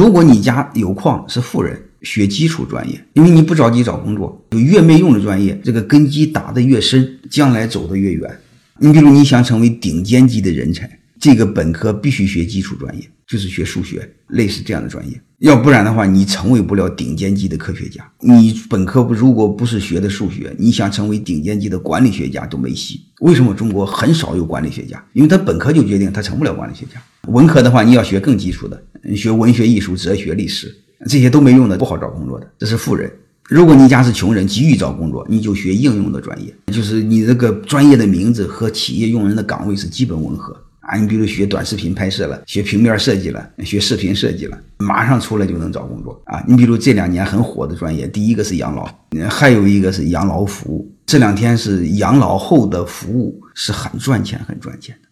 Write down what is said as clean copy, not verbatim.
如果你家有矿，是富人，学基础专业，因为你不着急找工作，就越没用的专业，这个根基打得越深，将来走得越远。你比如你想成为顶尖级的人才，这个本科必须学基础专业，就是学数学，类似这样的专业，要不然的话你成为不了顶尖级的科学家。你本科如果不是学的数学，你想成为顶尖级的管理学家都没戏。为什么中国很少有管理学家？因为他本科就决定他成不了管理学家。文科的话你要学更基础的，学文学艺术、哲学、历史，这些都没用的，不好找工作的，这是富人。如果你家是穷人，急于找工作，你就学应用的专业，就是你这个专业的名字和企业用人的岗位是基本吻合啊。你比如学短视频拍摄了，学平面设计了，学视频设计了，马上出来就能找工作啊。你比如这2年很火的专业，第一个是养老，还有一个是养老服务。这2天是养老后的服务是很赚钱的。